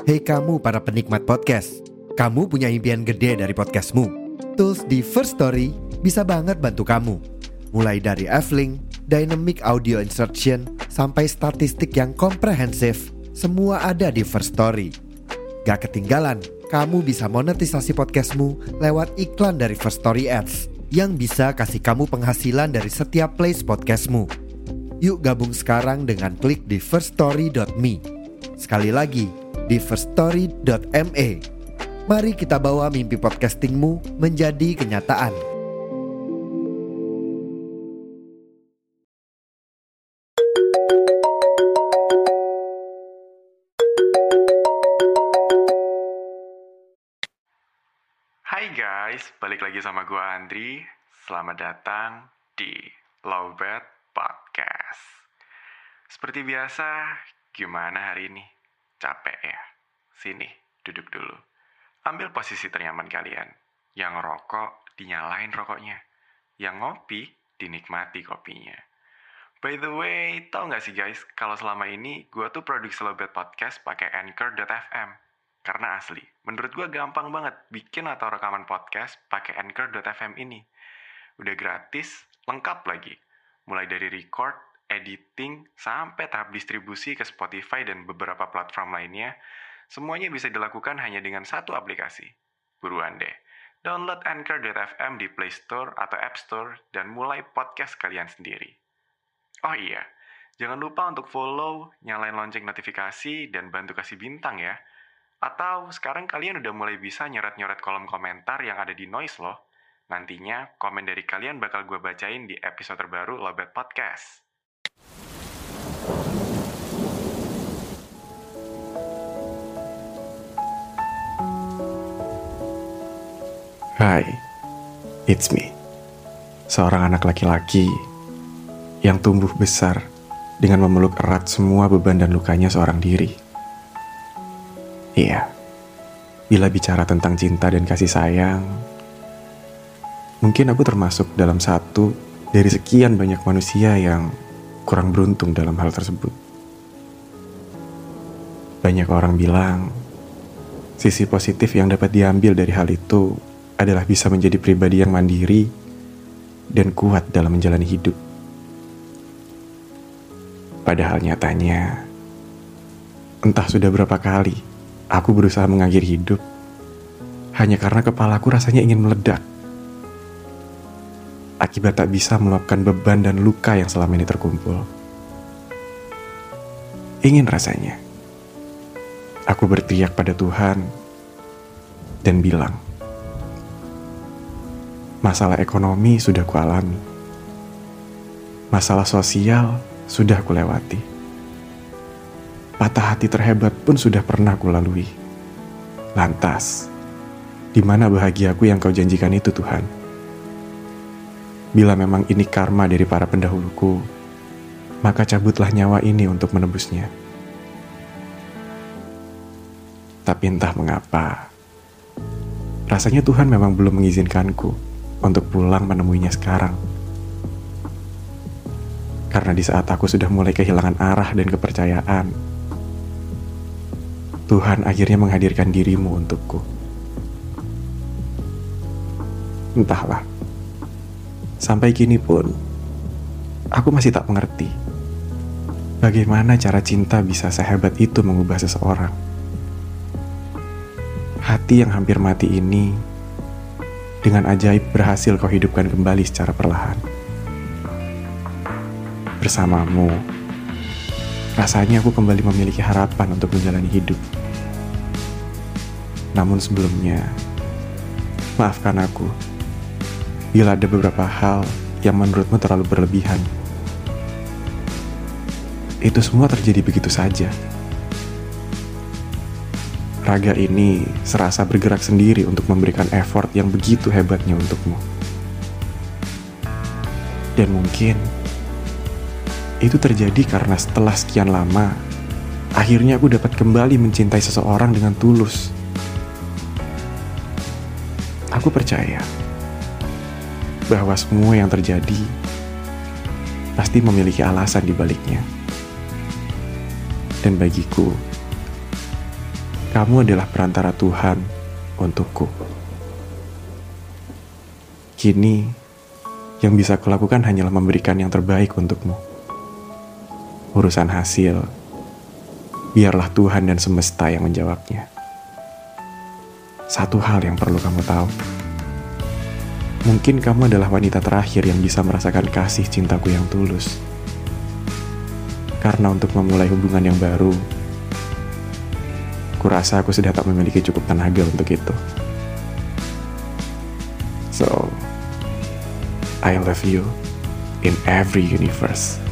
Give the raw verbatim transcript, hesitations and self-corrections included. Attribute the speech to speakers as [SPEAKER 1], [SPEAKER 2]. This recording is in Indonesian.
[SPEAKER 1] Hei kamu para penikmat podcast, kamu punya impian gede dari podcastmu. Tools di First Story bisa banget bantu kamu. Mulai dari F-Link, Dynamic Audio Insertion, sampai statistik yang komprehensif, semua ada di First Story. Gak ketinggalan, kamu bisa monetisasi podcastmu lewat iklan dari First Story Ads yang bisa kasih kamu penghasilan dari setiap plays podcastmu. Yuk gabung sekarang dengan klik di first story dot me. Sekali lagi, di first story dot me. Mari kita bawa mimpi podcastingmu menjadi kenyataan.
[SPEAKER 2] Hai guys, balik lagi sama gue Andri. Selamat datang di Lowbat Podcast. Seperti biasa, gimana hari ini? Capek ya? Sini, duduk dulu. Ambil posisi ternyaman kalian. Yang rokok, dinyalain rokoknya. Yang ngopi, dinikmati kopinya. By the way, tau gak sih guys, kalau selama ini gue tuh produksi Lowbat Podcast pakai anchor dot f m. Karena asli, menurut gue gampang banget bikin atau rekaman podcast pakai anchor dot f m ini. Udah gratis, lengkap lagi. Mulai dari record, editing, sampai tahap distribusi ke Spotify dan beberapa platform lainnya, semuanya bisa dilakukan hanya dengan satu aplikasi. Buruan deh, download anchor dot f m di Play Store atau App Store dan mulai podcast kalian sendiri. Oh iya, jangan lupa untuk follow, nyalain lonceng notifikasi, dan bantu kasih bintang ya. Atau sekarang kalian udah mulai bisa nyoret-nyoret kolom komentar yang ada di Noise loh. Nantinya komen dari kalian bakal gue bacain di episode terbaru Lowbat Podcast.
[SPEAKER 3] Hai, it's me. Seorang anak laki-laki yang tumbuh besar dengan memeluk erat semua beban dan lukanya seorang diri. Iya, bila bicara tentang cinta dan kasih sayang, mungkin aku termasuk dalam satu dari sekian banyak manusia yang kurang beruntung dalam hal tersebut. Banyak orang bilang, sisi positif yang dapat diambil dari hal itu adalah bisa menjadi pribadi yang mandiri dan kuat dalam menjalani hidup. Padahal nyatanya, entah sudah berapa kali aku berusaha mengakhiri hidup hanya karena kepalaku rasanya ingin meledak. Akibat tak bisa meluapkan beban dan luka yang selama ini terkumpul. Ingin rasanya aku berteriak pada Tuhan dan bilang, masalah ekonomi sudah kualami, masalah sosial sudah kulewati, patah hati terhebat pun sudah pernah kulalui. Lantas, di mana bahagiaku yang kau janjikan itu Tuhan? Bila memang ini karma dari para pendahuluku, maka cabutlah nyawa ini untuk menebusnya. Tapi entah mengapa, rasanya Tuhan memang belum mengizinkanku untuk pulang menemuinya sekarang. Karena di saat aku sudah mulai kehilangan arah dan kepercayaan, Tuhan akhirnya menghadirkan dirimu untukku. Entahlah, sampai kini pun, aku masih tak mengerti bagaimana cara cinta bisa sehebat itu mengubah seseorang. Hati yang hampir mati ini, dengan ajaib berhasil kau hidupkan kembali secara perlahan. Bersamamu, rasanya aku kembali memiliki harapan untuk menjalani hidup. Namun sebelumnya, maafkan aku bila ada beberapa hal yang menurutmu terlalu berlebihan. Itu semua terjadi begitu saja. Raga ini serasa bergerak sendiri untuk memberikan effort yang begitu hebatnya untukmu. Dan mungkin itu terjadi karena setelah sekian lama, akhirnya aku dapat kembali mencintai seseorang dengan tulus. Aku percaya bahwa semua yang terjadi pasti memiliki alasan di baliknya. Dan bagiku, kamu adalah perantara Tuhan untukku. Kini, yang bisa kulakukan hanyalah memberikan yang terbaik untukmu. Urusan hasil, biarlah Tuhan dan semesta yang menjawabnya. Satu hal yang perlu kamu tahu. Mungkin kamu adalah wanita terakhir yang bisa merasakan kasih cintaku yang tulus. Karena untuk memulai hubungan yang baru, kurasa aku sudah tak memiliki cukup tenaga untuk itu. So, I love you in every universe.